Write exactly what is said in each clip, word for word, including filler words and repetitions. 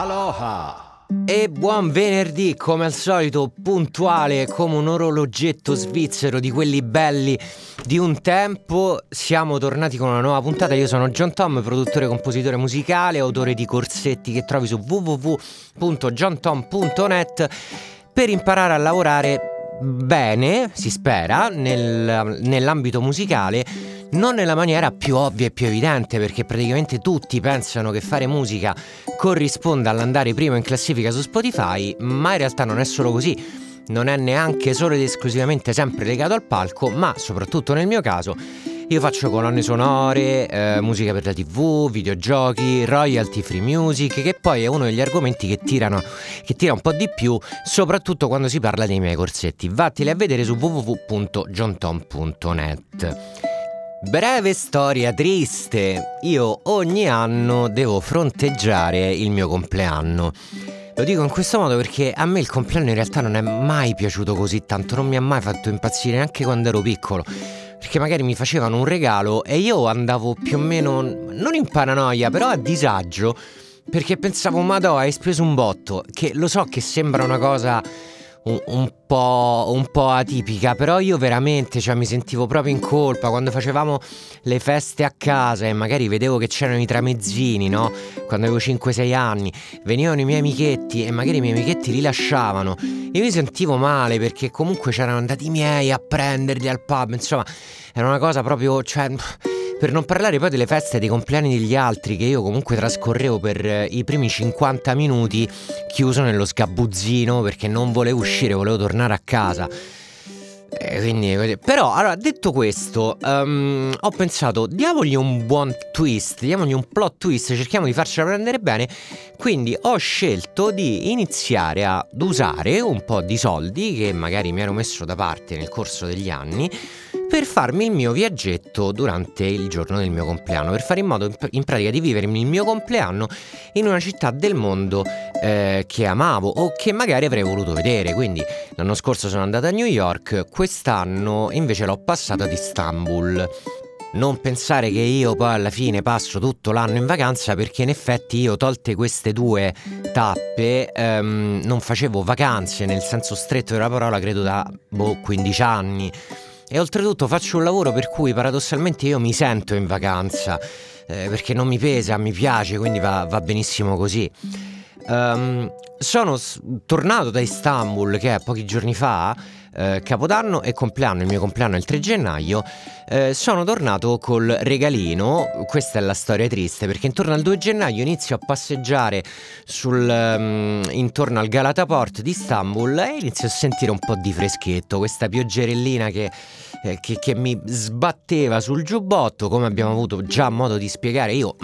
Aloha! E buon venerdì, come al solito, puntuale come un orologetto svizzero di quelli belli di un tempo. Siamo tornati con una nuova puntata. Io sono John Tom, produttore, compositore musicale, autore di corsetti che trovi su w w w punto john tom punto net per imparare a lavorare bene, si spera, nel, nell'ambito musicale, non nella maniera più ovvia e più evidente, perché praticamente tutti pensano che fare musica corrisponda all'andare primo in classifica su Spotify, ma in realtà non è solo così. Non è neanche solo ed esclusivamente sempre legato al palco, ma soprattutto nel mio caso io faccio colonne sonore, eh, musica per la tivù, videogiochi, royalty free music, che poi è uno degli argomenti che tirano che tira un po' di più, soprattutto quando si parla dei miei corsetti. Vatteli a vedere su w w w punto john tom punto net. Breve storia triste. Io ogni anno devo fronteggiare il mio compleanno. Lo dico in questo modo perché a me il compleanno in realtà non è mai piaciuto così tanto, non mi ha mai fatto impazzire neanche quando ero piccolo, perché magari mi facevano un regalo e io andavo più o meno, non in paranoia, però a disagio, perché pensavo, madò, hai speso un botto, che lo so che sembra una cosa un, un po' un po' atipica, però io veramente, cioè, mi sentivo proprio in colpa quando facevamo le feste a casa e magari vedevo che c'erano i tramezzini, no? Quando avevo cinque sei anni, venivano i miei amichetti e magari i miei amichetti li lasciavano. Io mi sentivo male perché comunque c'erano andati i miei a prenderli al pub, insomma, era una cosa proprio, cioè, per non parlare poi delle feste dei compleanni degli altri, che io comunque trascorrevo per i primi cinquanta minuti chiuso nello sgabuzzino perché non volevo uscire, volevo tornare a casa. E quindi, però, allora, detto questo, um, ho pensato, diamogli un buon twist, diamogli un plot twist, cerchiamo di farcela prendere bene. Quindi ho scelto di iniziare ad usare un po' di soldi che magari mi ero messo da parte nel corso degli anni per farmi il mio viaggetto durante il giorno del mio compleanno, per fare in modo in pratica di vivermi il mio compleanno in una città del mondo eh, che amavo o che magari avrei voluto vedere. Quindi l'anno scorso sono andato a New York, quest'anno invece l'ho passato ad Istanbul. Non pensare che io poi alla fine passo tutto l'anno in vacanza, perché in effetti io, tolte queste due tappe, ehm, non facevo vacanze nel senso stretto della parola, credo da boh, quindici anni. E oltretutto faccio un lavoro per cui paradossalmente io mi sento in vacanza, eh, perché non mi pesa, mi piace, quindi va, va benissimo così. Um, sono s- tornato da Istanbul, che è pochi giorni fa, eh, Capodanno e compleanno, il mio compleanno è il tre gennaio. eh, Sono tornato col regalino. Questa è la storia triste, perché intorno al due gennaio inizio a passeggiare sul, um, intorno al Galata Port di Istanbul e inizio a sentire un po' di freschetto, questa pioggerellina che eh, Che, che mi sbatteva sul giubbotto. Come abbiamo avuto già modo di spiegare, io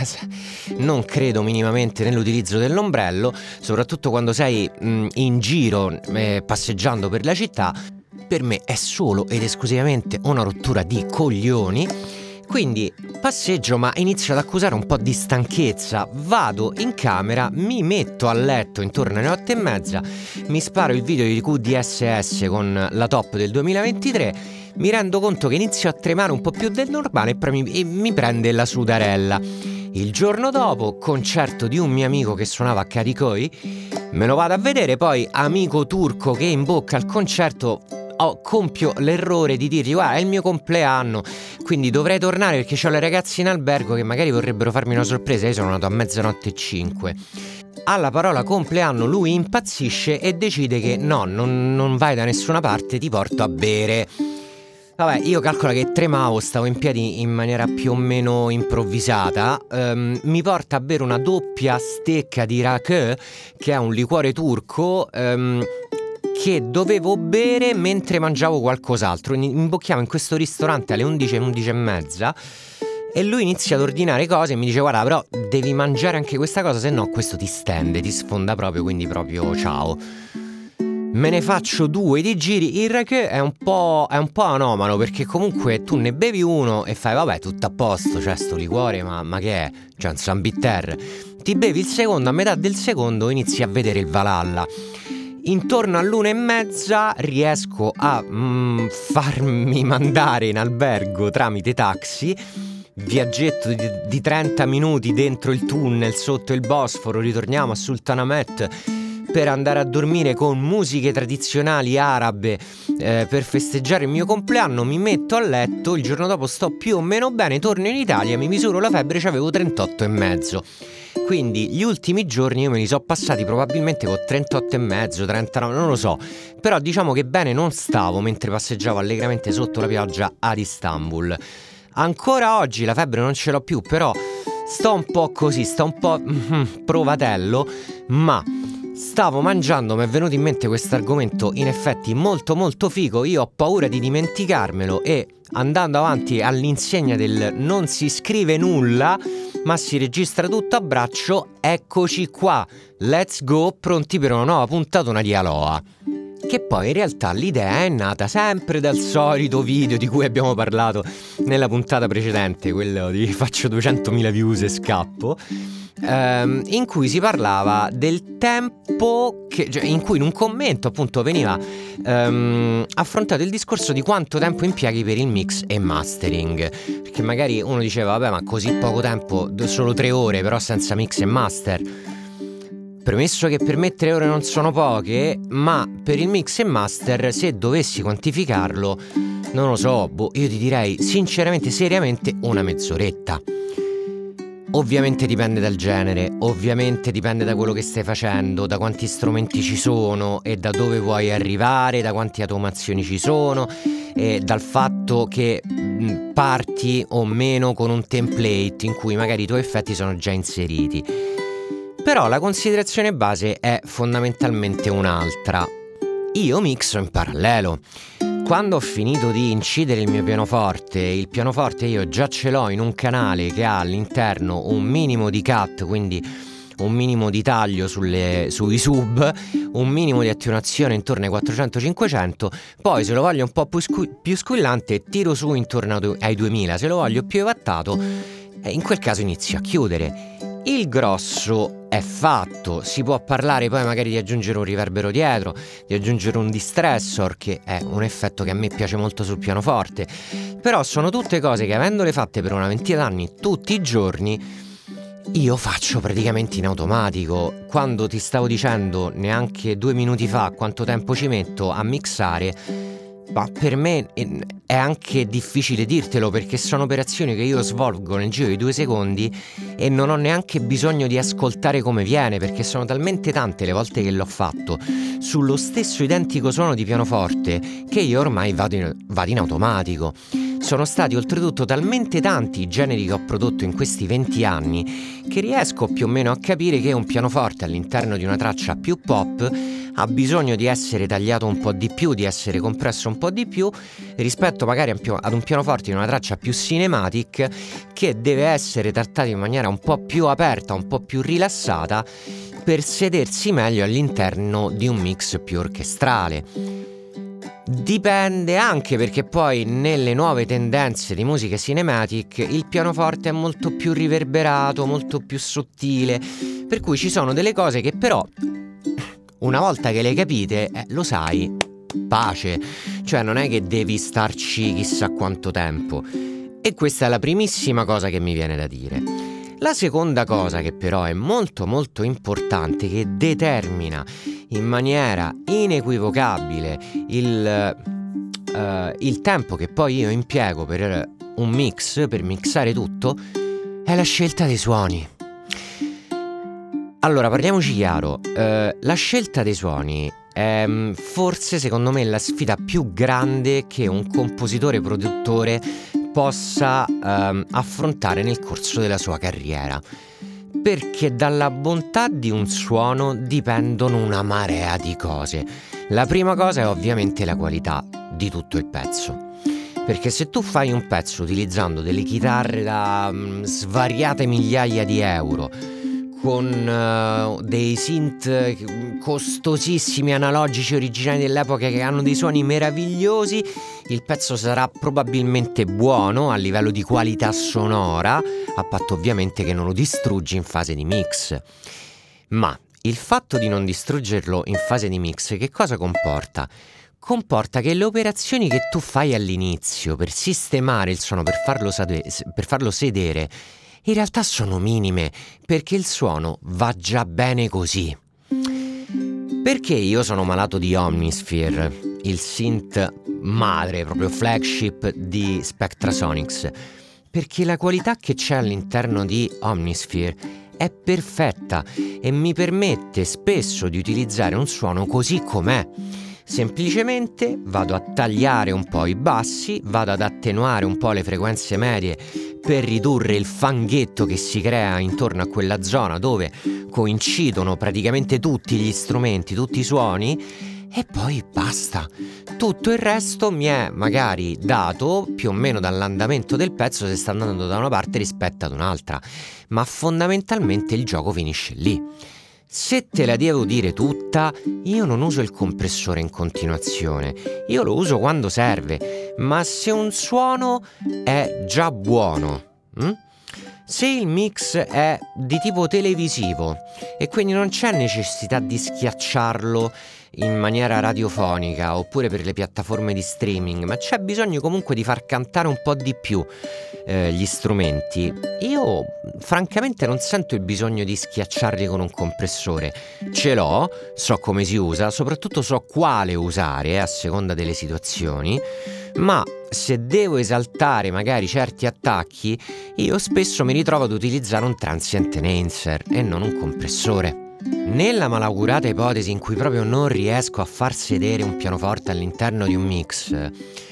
non credo minimamente nell'utilizzo dell'ombrello, soprattutto quando sei mh, in giro eh, passeggiando per la città. Per me è solo ed esclusivamente una rottura di coglioni. Quindi passeggio, ma inizio ad accusare un po' di stanchezza. Vado in camera, mi metto a letto intorno alle otto e mezza, mi sparo il video di Q D S S con la top del duemilaventitré, mi rendo conto che inizio a tremare un po' più del normale e, pre- e mi prende la sudarella. Il giorno dopo, concerto di un mio amico che suonava a Kadıköy, me lo vado a vedere, poi amico turco che in bocca al concerto ho, compio l'errore di dirgli: guarda, è il mio compleanno, quindi dovrei tornare perché c'ho le ragazze in albergo che magari vorrebbero farmi una sorpresa. Io sono nato a mezzanotte e cinque. Alla parola compleanno lui impazzisce e decide che no, non, non vai da nessuna parte, ti porto a bere. Vabbè, io calcolo che tremavo, stavo in piedi in maniera più o meno improvvisata. um, Mi porta a bere una doppia stecca di rakı, che è un liquore turco, um, che dovevo bere mentre mangiavo qualcos'altro. Imbocchiamo in questo ristorante alle undici e undici e mezza e lui inizia ad ordinare cose e mi dice: guarda, però devi mangiare anche questa cosa, se no questo ti stende, ti sfonda proprio, quindi proprio ciao. Me ne faccio due di giri. Il rakı è un po' è un po' anomalo, perché comunque tu ne bevi uno e fai vabbè, tutto a posto, cioè sto liquore, ma, ma che è? Cioè un San Bitter. Ti bevi il secondo, a metà del secondo inizi a vedere il Valhalla. Intorno all'una e mezza riesco a mm, farmi mandare in albergo tramite taxi. viaggetto di, di trenta minuti dentro il tunnel sotto il Bosforo, ritorniamo a Sultanahmet per andare a dormire con musiche tradizionali arabe eh, per festeggiare il mio compleanno. Mi metto a letto, il giorno dopo sto più o meno bene, torno in Italia, mi misuro la febbre, c'avevo trentotto e mezzo. Quindi gli ultimi giorni io me li so passati probabilmente con trentotto e mezzo, trentanove, non lo so. Però diciamo che bene non stavo mentre passeggiavo allegramente sotto la pioggia ad Istanbul. Ancora oggi la febbre non ce l'ho più, però sto un po' così, sto un po' mm, provatello, ma stavo mangiando, mi è venuto in mente questo argomento in effetti molto molto figo. Io ho paura di dimenticarmelo e andando avanti all'insegna del non si scrive nulla ma si registra tutto a braccio, eccoci qua, let's go, pronti per una nuova puntatona di Aloha. Che poi in realtà l'idea è nata sempre dal solito video di cui abbiamo parlato nella puntata precedente, quello di faccio duecentomila views e scappo, ehm, in cui si parlava del tempo che, cioè, in cui in un commento appunto veniva ehm, affrontato il discorso di quanto tempo impieghi per il mix e mastering, perché magari uno diceva vabbè, ma così poco tempo, solo tre ore però senza mix e master. Premesso che per me tre ore non sono poche, ma per il mix e master, se dovessi quantificarlo, non lo so, boh, io ti direi sinceramente, seriamente, una mezz'oretta. Ovviamente dipende dal genere, ovviamente dipende da quello che stai facendo, da quanti strumenti ci sono e da dove vuoi arrivare, da quante automazioni ci sono e dal fatto che parti o meno con un template in cui magari i tuoi effetti sono già inseriti. Però la considerazione base è fondamentalmente un'altra. Io mixo in parallelo. Quando ho finito di incidere il mio pianoforte, il pianoforte io già ce l'ho in un canale che ha all'interno un minimo di cut, quindi un minimo di taglio sulle, sui sub, un minimo di attenuazione intorno ai quattrocento cinquecento, poi se lo voglio un po' più, squ- più squillante tiro su intorno ai duemila, se lo voglio più evattato, eh, in quel caso inizio a chiudere. Il grosso è fatto, si può parlare poi magari di aggiungere un riverbero dietro, di aggiungere un distressor, che è un effetto che a me piace molto sul pianoforte, però sono tutte cose che avendole fatte per una ventina d'anni tutti i giorni io faccio praticamente in automatico. Quando ti stavo dicendo neanche due minuti fa quanto tempo ci metto a mixare, ma per me è anche difficile dirtelo, perché sono operazioni che io svolgo nel giro di due secondi e non ho neanche bisogno di ascoltare come viene, perché sono talmente tante le volte che l'ho fatto sullo stesso identico suono di pianoforte che io ormai vado in, vado in automatico. Sono stati oltretutto talmente tanti i generi che ho prodotto in questi venti anni che riesco più o meno a capire che un pianoforte all'interno di una traccia più pop ha bisogno di essere tagliato un po' di più, di essere compresso un po' di più rispetto magari ad un pianoforte in una traccia più cinematic che deve essere trattato in maniera un po' più aperta, un po' più rilassata per sedersi meglio all'interno di un mix più orchestrale. Dipende anche perché poi nelle nuove tendenze di musica cinematic il pianoforte è molto più riverberato, molto più sottile, per cui ci sono delle cose che però una volta che le capite, eh, lo sai, pace, cioè non è che devi starci chissà quanto tempo. E questa è la primissima cosa che mi viene da dire. La seconda cosa che però è molto molto importante, che determina in maniera inequivocabile il, uh, il tempo che poi io impiego per un mix, per mixare tutto, è la scelta dei suoni. Allora, parliamoci chiaro, uh, la scelta dei suoni è forse secondo me la sfida più grande che un compositore produttore possa um, affrontare nel corso della sua carriera, perché dalla bontà di un suono dipendono una marea di cose. La prima cosa è ovviamente la qualità di tutto il pezzo, perché se tu fai un pezzo utilizzando delle chitarre da um, svariate migliaia di euro, con uh, dei synth costosissimi analogici originali dell'epoca che hanno dei suoni meravigliosi, il pezzo sarà probabilmente buono a livello di qualità sonora, a patto ovviamente che non lo distruggi in fase di mix. Ma il fatto di non distruggerlo in fase di mix che cosa comporta? comporta che le operazioni che tu fai all'inizio per sistemare il suono, per farlo, sade- per farlo sedere, in realtà sono minime, perché il suono va già bene così. Perché io sono malato di Omnisphere, il synth madre, proprio flagship di Spectrasonics? Perché la qualità che c'è all'interno di Omnisphere è perfetta e mi permette spesso di utilizzare un suono così com'è. Semplicemente vado a tagliare un po' i bassi, vado ad attenuare un po' le frequenze medie per ridurre il fanghetto che si crea intorno a quella zona dove coincidono praticamente tutti gli strumenti, tutti i suoni, e poi basta. Tutto il resto mi è magari dato più o meno dall'andamento del pezzo, se sta andando da una parte rispetto ad un'altra, ma fondamentalmente il gioco finisce lì. Se te la devo dire tutta, io non uso il compressore in continuazione, io lo uso quando serve, ma se un suono è già buono, hm? Se il mix è di tipo televisivo e quindi non c'è necessità di schiacciarlo in maniera radiofonica oppure per le piattaforme di streaming, ma c'è bisogno comunque di far cantare un po' di più eh, gli strumenti, io francamente non sento il bisogno di schiacciarli con un compressore. Ce l'ho, so come si usa, soprattutto so quale usare a seconda delle situazioni, ma se devo esaltare magari certi attacchi, io spesso mi ritrovo ad utilizzare un transient enhancer e non un compressore. Nella malaugurata ipotesi in cui proprio non riesco a far sedere un pianoforte all'interno di un mix,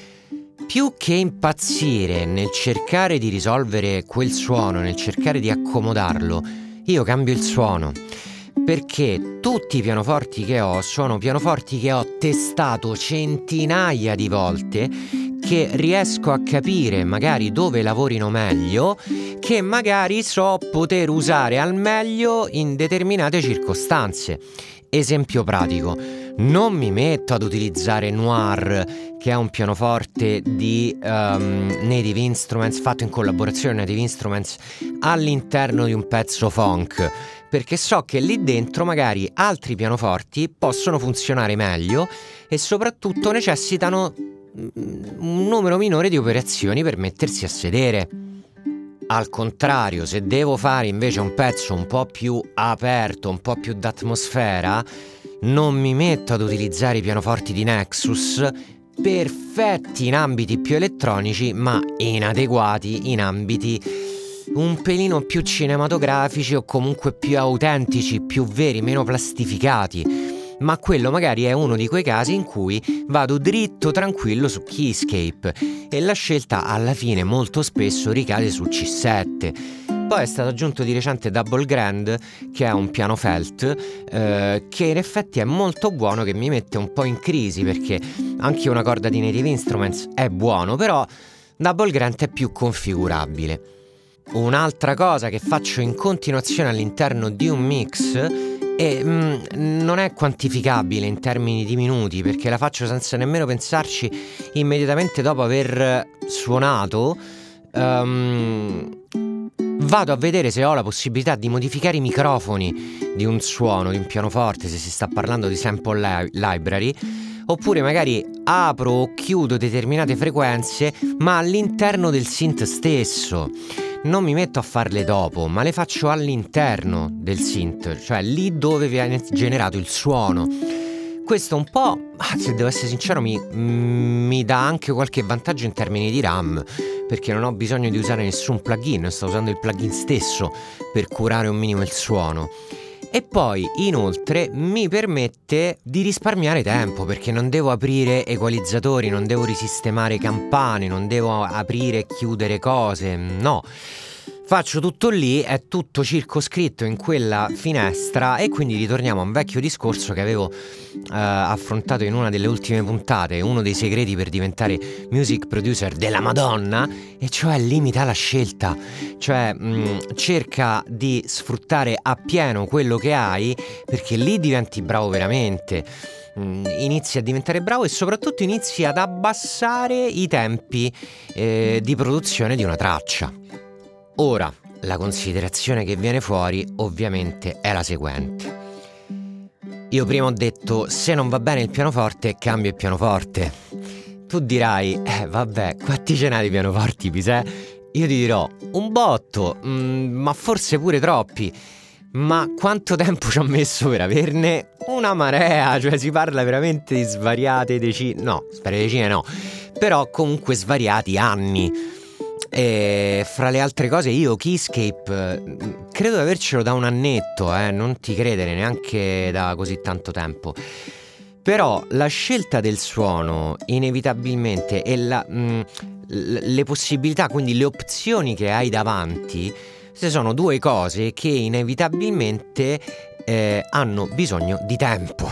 più che impazzire nel cercare di risolvere quel suono, nel cercare di accomodarlo, io cambio il suono. Perché tutti i pianoforti che ho sono pianoforti che ho testato centinaia di volte, che riesco a capire magari dove lavorino meglio, che magari so poter usare al meglio in determinate circostanze. Esempio pratico, non mi metto ad utilizzare Noir, che è un pianoforte di um, Native Instruments, fatto in collaborazione con Native Instruments, all'interno di un pezzo funk, perché so che lì dentro magari altri pianoforti possono funzionare meglio e soprattutto necessitano un numero minore di operazioni per mettersi a sedere. Al contrario, se devo fare invece un pezzo un po' più aperto, un po' più d'atmosfera, non mi metto ad utilizzare i pianoforti di Nexus, perfetti in ambiti più elettronici, ma inadeguati in ambiti un pelino più cinematografici o comunque più autentici, più veri, meno plastificati. Ma quello magari è uno di quei casi in cui vado dritto tranquillo su Keyscape e la scelta alla fine molto spesso ricade su C sette. Poi è stato aggiunto di recente Double Grand, che è un piano Felt eh, che in effetti è molto buono, che mi mette un po' in crisi perché anche una corda di Native Instruments è buono, però Double Grand è più configurabile. Un'altra cosa che faccio in continuazione all'interno di un mix e mm, non è quantificabile in termini di minuti, perché la faccio senza nemmeno pensarci immediatamente dopo aver suonato. Um, vado a vedere se ho la possibilità di modificare i microfoni di un suono, di un pianoforte, se si sta parlando di sample li- library, oppure magari apro o chiudo determinate frequenze ma all'interno del synth stesso. Non mi metto a farle dopo, ma le faccio all'interno del synth, cioè lì dove viene generato il suono. Questo un po', se devo essere sincero, mi, mi dà anche qualche vantaggio in termini di RAM, perché non ho bisogno di usare nessun plugin, sto usando il plugin stesso per curare un minimo il suono. E poi inoltre mi permette di risparmiare tempo, perché non devo aprire equalizzatori, non devo risistemare campane, non devo aprire e chiudere cose, no. Faccio tutto lì, è tutto circoscritto in quella finestra e quindi ritorniamo a un vecchio discorso che avevo eh, affrontato in una delle ultime puntate, uno dei segreti per diventare music producer della Madonna, e cioè limita la scelta, cioè mh, cerca di sfruttare appieno quello che hai, perché lì diventi bravo veramente. Inizi a diventare bravo e soprattutto inizi ad abbassare i tempi eh, di produzione di una traccia. Ora, la considerazione che viene fuori ovviamente è la seguente. Io prima ho detto, se non va bene il pianoforte, cambio il pianoforte. Tu dirai, eh vabbè, quanti ce n'hai di pianoforti, Pisè? Io ti dirò, un botto, mm, ma forse pure troppi. Ma quanto tempo ci ho messo per averne? Una marea, cioè si parla veramente di svariate decine, no, svariate decine no, però comunque svariati anni. E fra le altre cose io Keyscape credo di avercelo da un annetto, eh, non ti credere, neanche da così tanto tempo. Però la scelta del suono inevitabilmente e la, mh, le possibilità, quindi le opzioni che hai davanti, se sono due cose che inevitabilmente eh, hanno bisogno di tempo.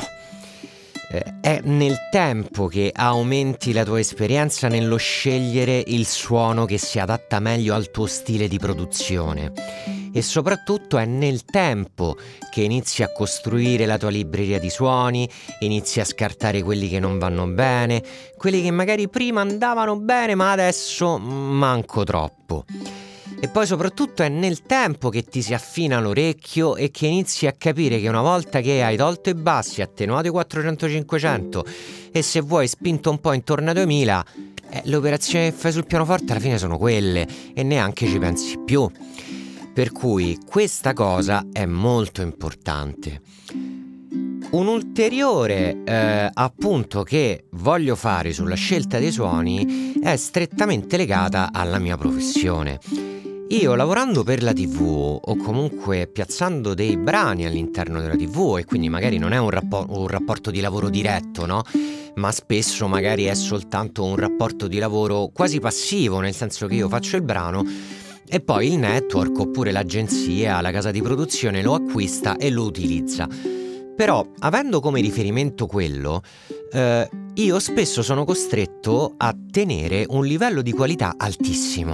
Eh, è nel tempo che aumenti la tua esperienza nello scegliere il suono che si adatta meglio al tuo stile di produzione. E soprattutto è nel tempo che inizi a costruire la tua libreria di suoni, inizi a scartare quelli che non vanno bene, quelli che magari prima andavano bene ma adesso manco troppo. E poi soprattutto è nel tempo che ti si affina l'orecchio e che inizi a capire che una volta che hai tolto i bassi, attenuato i quattrocento cinquecento e se vuoi spinto un po' intorno ai duemila, eh, le operazioni che fai sul pianoforte alla fine sono quelle e neanche ci pensi più. Per cui questa cosa è molto importante. Un ulteriore eh, appunto che voglio fare sulla scelta dei suoni è strettamente legata alla mia professione. Io lavorando per la tivù o comunque piazzando dei brani all'interno della tivù, e quindi magari non è un, rappor- un rapporto di lavoro diretto, no? Ma spesso magari è soltanto un rapporto di lavoro quasi passivo, nel senso che io faccio il brano e poi il network oppure l'agenzia, la casa di produzione lo acquista e lo utilizza. Però, avendo come riferimento quello, eh, io spesso sono costretto a tenere un livello di qualità altissimo.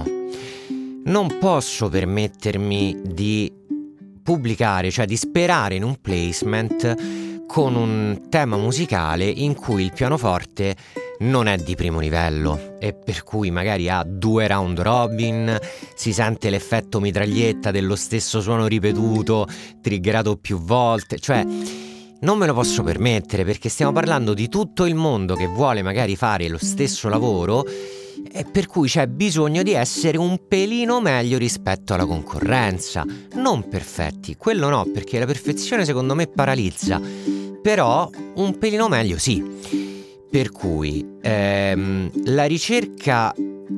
Non posso permettermi di pubblicare, cioè di sperare in un placement con un tema musicale in cui il pianoforte non è di primo livello e per cui magari ha due round robin, si sente l'effetto mitraglietta dello stesso suono ripetuto, triggerato più volte, cioè non me lo posso permettere perché stiamo parlando di tutto il mondo che vuole magari fare lo stesso lavoro e per cui c'è bisogno di essere un pelino meglio rispetto alla concorrenza. Non perfetti, quello no, perché la perfezione secondo me paralizza, però un pelino meglio sì. Per cui ehm, la ricerca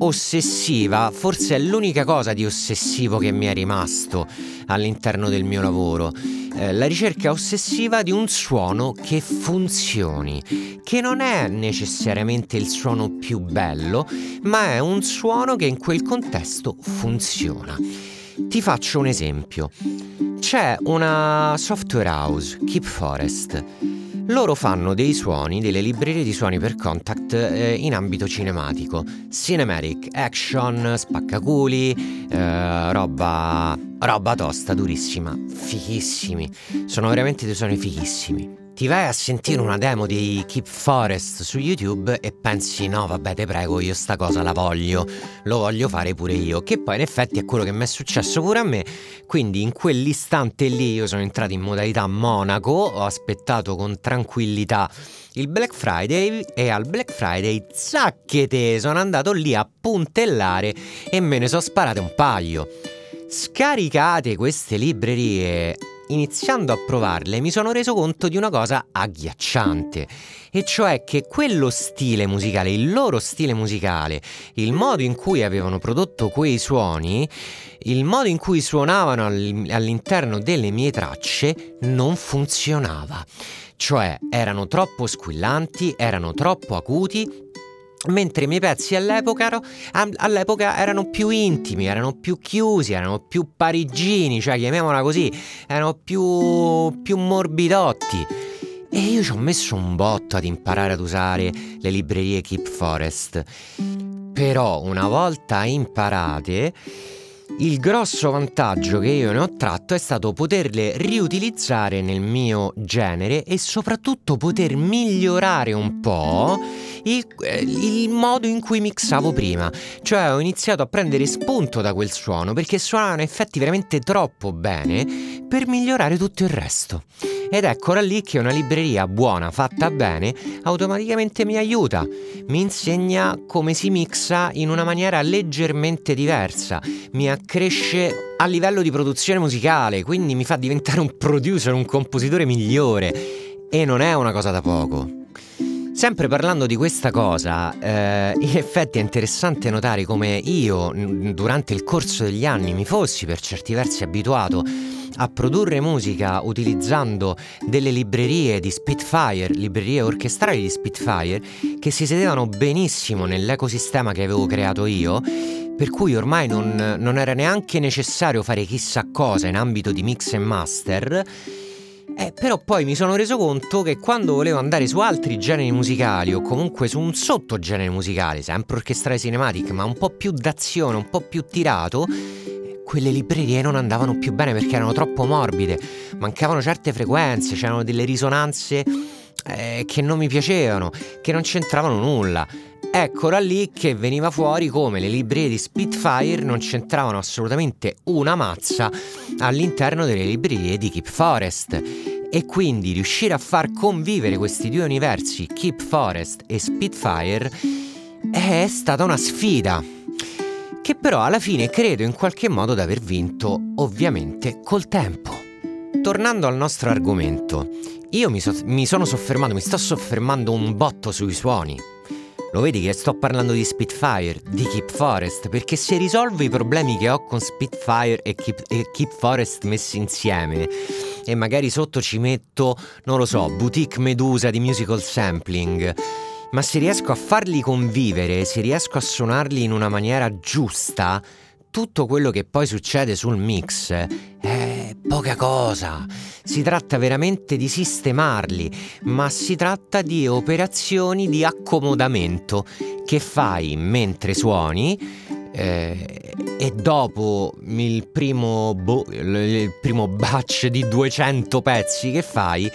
ossessiva forse è l'unica cosa di ossessivo che mi è rimasto all'interno del mio lavoro. Eh, la ricerca ossessiva di un suono che funzioni, che non è necessariamente il suono più bello, ma è un suono che in quel contesto funziona. Ti faccio un esempio. C'è una software house, Keep Forest. Loro fanno dei suoni, delle librerie di suoni per Kontakt eh, in ambito cinematico. Cinematic, action, spaccaculi, eh, roba, roba tosta, durissima, fighissimi. Sono veramente dei suoni fighissimi. Ti vai a sentire una demo di Keep Forest su YouTube e pensi no vabbè te prego io sta cosa la voglio, lo voglio fare pure io, che poi in effetti è quello che mi è successo pure a me. Quindi in quell'istante lì io sono entrato in modalità Monaco, ho aspettato con tranquillità il Black Friday e al Black Friday zacchete sono andato lì a puntellare e me ne sono sparate un paio. Scaricate queste librerie, iniziando a provarle mi sono reso conto di una cosa agghiacciante, e cioè che quello stile musicale, il loro stile musicale, il modo in cui avevano prodotto quei suoni, il modo in cui suonavano all'interno delle mie tracce non funzionava. Cioè erano troppo squillanti, erano troppo acuti, mentre i miei pezzi all'epoca, all'epoca erano più intimi, erano più chiusi, erano più parigini, cioè chiamiamola così, erano più, più morbidotti. E io ci ho messo un botto ad imparare ad usare le librerie Keep Forest. Però una volta imparate, il grosso vantaggio che io ne ho tratto è stato poterle riutilizzare nel mio genere e soprattutto poter migliorare un po' il, eh, il modo in cui mixavo prima. Cioè ho iniziato a prendere spunto da quel suono perché suonavano effetti veramente troppo bene per migliorare tutto il resto. Ed eccola lì che una libreria buona, fatta bene, automaticamente mi aiuta, mi insegna come si mixa in una maniera leggermente diversa, mi accresce a livello di produzione musicale, quindi mi fa diventare un producer, un compositore migliore, e non è una cosa da poco. Sempre parlando di questa cosa, eh, in effetti è interessante notare come io, durante il corso degli anni, mi fossi per certi versi abituato a produrre musica utilizzando delle librerie di Spitfire, librerie orchestrali di Spitfire, che si sedevano benissimo nell'ecosistema che avevo creato io, per cui ormai non, non era neanche necessario fare chissà cosa in ambito di mix e master. Eh, però poi mi sono reso conto che quando volevo andare su altri generi musicali o comunque su un sottogenere musicale, sempre orchestrale cinematic, ma un po' più d'azione, un po' più tirato, quelle librerie non andavano più bene perché erano troppo morbide, mancavano certe frequenze, c'erano delle risonanze eh, che non mi piacevano, che non c'entravano nulla. Eccola lì che veniva fuori come le librerie di Spitfire non c'entravano assolutamente una mazza all'interno delle librerie di Keep Forest, e quindi riuscire a far convivere questi due universi, Keep Forest e Spitfire, è stata una sfida che però alla fine credo in qualche modo di aver vinto, ovviamente col tempo. Tornando al nostro argomento, io mi, so, mi sono soffermato, mi sto soffermando un botto sui suoni. Lo vedi che sto parlando di Spitfire, di Keep Forest, perché se risolvo i problemi che ho con Spitfire e Keep, e Keep Forest messi insieme, e magari sotto ci metto, non lo so, Boutique Medusa di Musical Sampling, ma se riesco a farli convivere, se riesco a suonarli in una maniera giusta, tutto quello che poi succede sul mix è poca cosa. Si tratta veramente di sistemarli, ma si tratta di operazioni di accomodamento che fai mentre suoni, eh, e dopo il primo, bo- il primo batch di duecento pezzi che fai,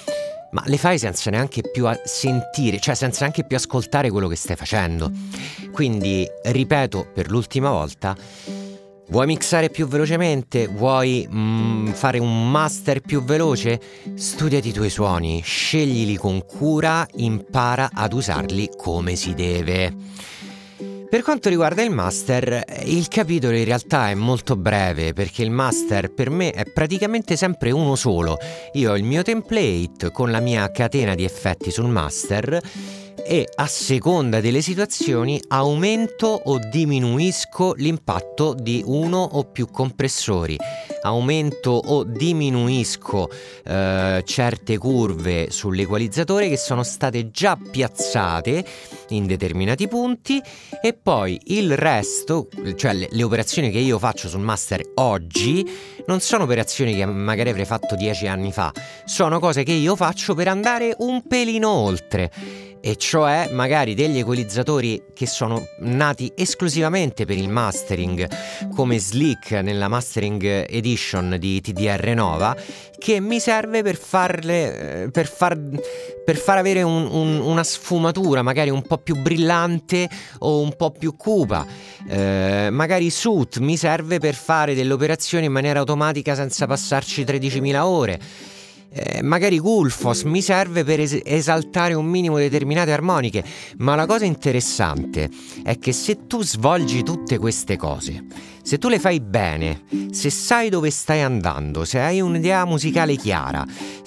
ma le fai senza neanche più sentire, cioè senza neanche più ascoltare quello che stai facendo. Quindi, ripeto per l'ultima volta, vuoi mixare più velocemente? Vuoi mm, fare un master più veloce? Studiati i tuoi suoni, sceglili con cura, impara ad usarli come si deve. Per quanto riguarda il master, il capitolo in realtà è molto breve, perché il master per me è praticamente sempre uno solo. Io ho il mio template con la mia catena di effetti sul master e a seconda delle situazioni aumento o diminuisco l'impatto di uno o più compressori, aumento o diminuisco eh, certe curve sull'equalizzatore che sono state già piazzate in determinati punti, e poi il resto, cioè le, le operazioni che io faccio sul master oggi non sono operazioni che magari avrei fatto dieci anni fa, sono cose che io faccio per andare un pelino oltre, e cioè magari degli equalizzatori che sono nati esclusivamente per il mastering, come Slick nella Mastering Edition di T D R Nova, che mi serve per farle per far, per far avere un, un, una sfumatura magari un po' più brillante o un po' più cupa. Eh, magari Soot mi serve per fare delle operazioni in maniera automatica senza passarci tredicimila ore. Eh, magari Gulfos mi serve per es- esaltare un minimo determinate armoniche. Ma la cosa interessante è che se tu svolgi tutte queste cose, se tu le fai bene, se sai dove stai andando, se hai un'idea musicale chiara,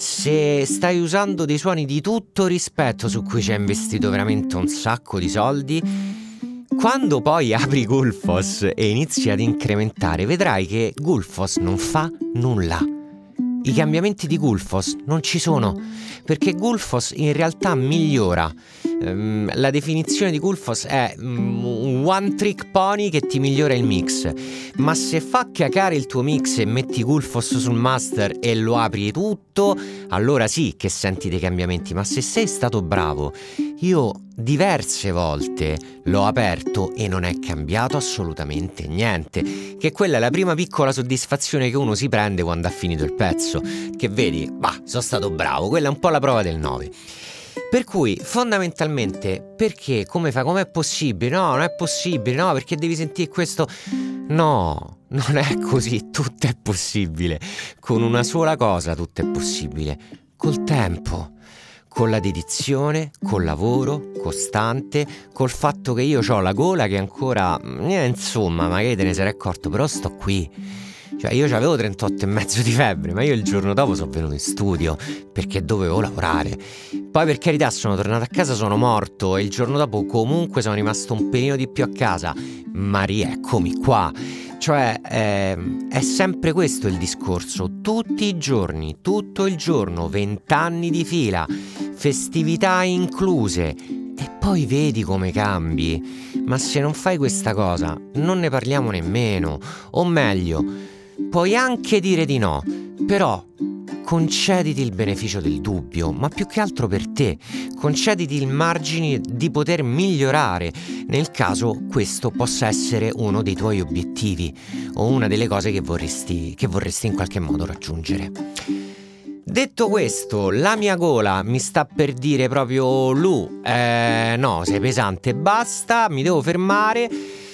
se stai usando dei suoni di tutto rispetto su cui ci hai investito veramente un sacco di soldi, quando poi apri Gulfos e inizi ad incrementare, vedrai che Gulfos non fa nulla. I cambiamenti di Gulfos non ci sono, perché Gulfos in realtà migliora. Um, la definizione di Gulfos è um, un one trick pony che ti migliora il mix. Ma se fa cacare il tuo mix e metti Gulfos sul master e lo apri tutto, allora sì che senti dei cambiamenti. Ma se sei stato bravo, io diverse volte l'ho aperto e non è cambiato assolutamente niente, che quella è la prima piccola soddisfazione che uno si prende quando ha finito il pezzo, che vedi, bah, sono stato bravo. Quella è un po' la prova del nove. Per cui fondamentalmente perché, come fai, com'è possibile? No, non è possibile, no, perché devi sentire questo. No, non è così, tutto è possibile. Con una sola cosa tutto è possibile: col tempo, con la dedizione, col lavoro costante, col fatto che io ho la gola che ancora, eh, insomma, magari te ne sarei accorto, però sto qui. Cioè io avevo trentotto e mezzo di febbre, ma io il giorno dopo sono venuto in studio perché dovevo lavorare. Poi per carità sono tornato a casa, sono morto, e il giorno dopo comunque sono rimasto un pelino di più a casa, ma rieccomi qua. Cioè eh, è sempre questo il discorso, tutti i giorni, tutto il giorno, vent'anni di fila, festività incluse, e poi vedi come cambi. Ma se non fai questa cosa non ne parliamo nemmeno, o meglio, puoi anche dire di no, però concediti il beneficio del dubbio, ma più che altro per te, concediti il margine di poter migliorare nel caso questo possa essere uno dei tuoi obiettivi o una delle cose che vorresti, che vorresti in qualche modo raggiungere. Detto questo, la mia gola mi sta per dire proprio: Lu, eh, no, sei pesante, basta, mi devo fermare.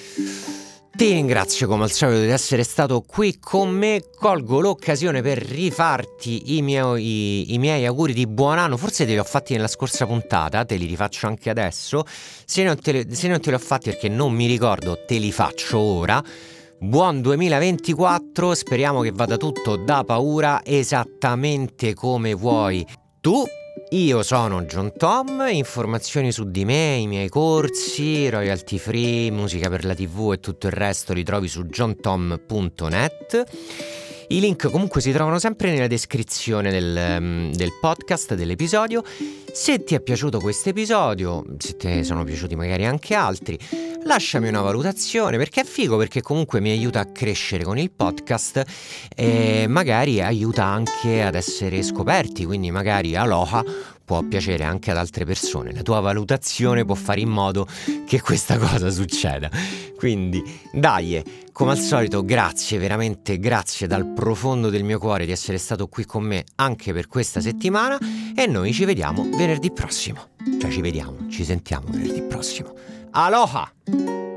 Ti ringrazio come al solito di essere stato qui con me. Colgo l'occasione per rifarti i miei, i miei auguri di buon anno. Forse te li ho fatti nella scorsa puntata, te li rifaccio anche adesso. Se non te, se non te li ho fatti perché non mi ricordo, te li faccio ora. Buon duemilaventiquattro, speriamo che vada tutto da paura, esattamente come vuoi tu. Io sono John Tom, informazioni su di me, i miei corsi, royalty free, musica per la tivù e tutto il resto li trovi su john tom punto net. I link comunque si trovano sempre nella descrizione del, del podcast, dell'episodio. Se ti è piaciuto questo episodio, se ti sono piaciuti magari anche altri, lasciami una valutazione, perché è figo, perché comunque mi aiuta a crescere con il podcast e magari aiuta anche ad essere scoperti, quindi magari aloha può piacere anche ad altre persone. La tua valutazione può fare in modo che questa cosa succeda. Quindi dai, come al solito grazie, veramente grazie dal profondo del mio cuore di essere stato qui con me anche per questa settimana, e noi ci vediamo venerdì prossimo. Cioè ci vediamo, ci sentiamo venerdì prossimo. Aloha!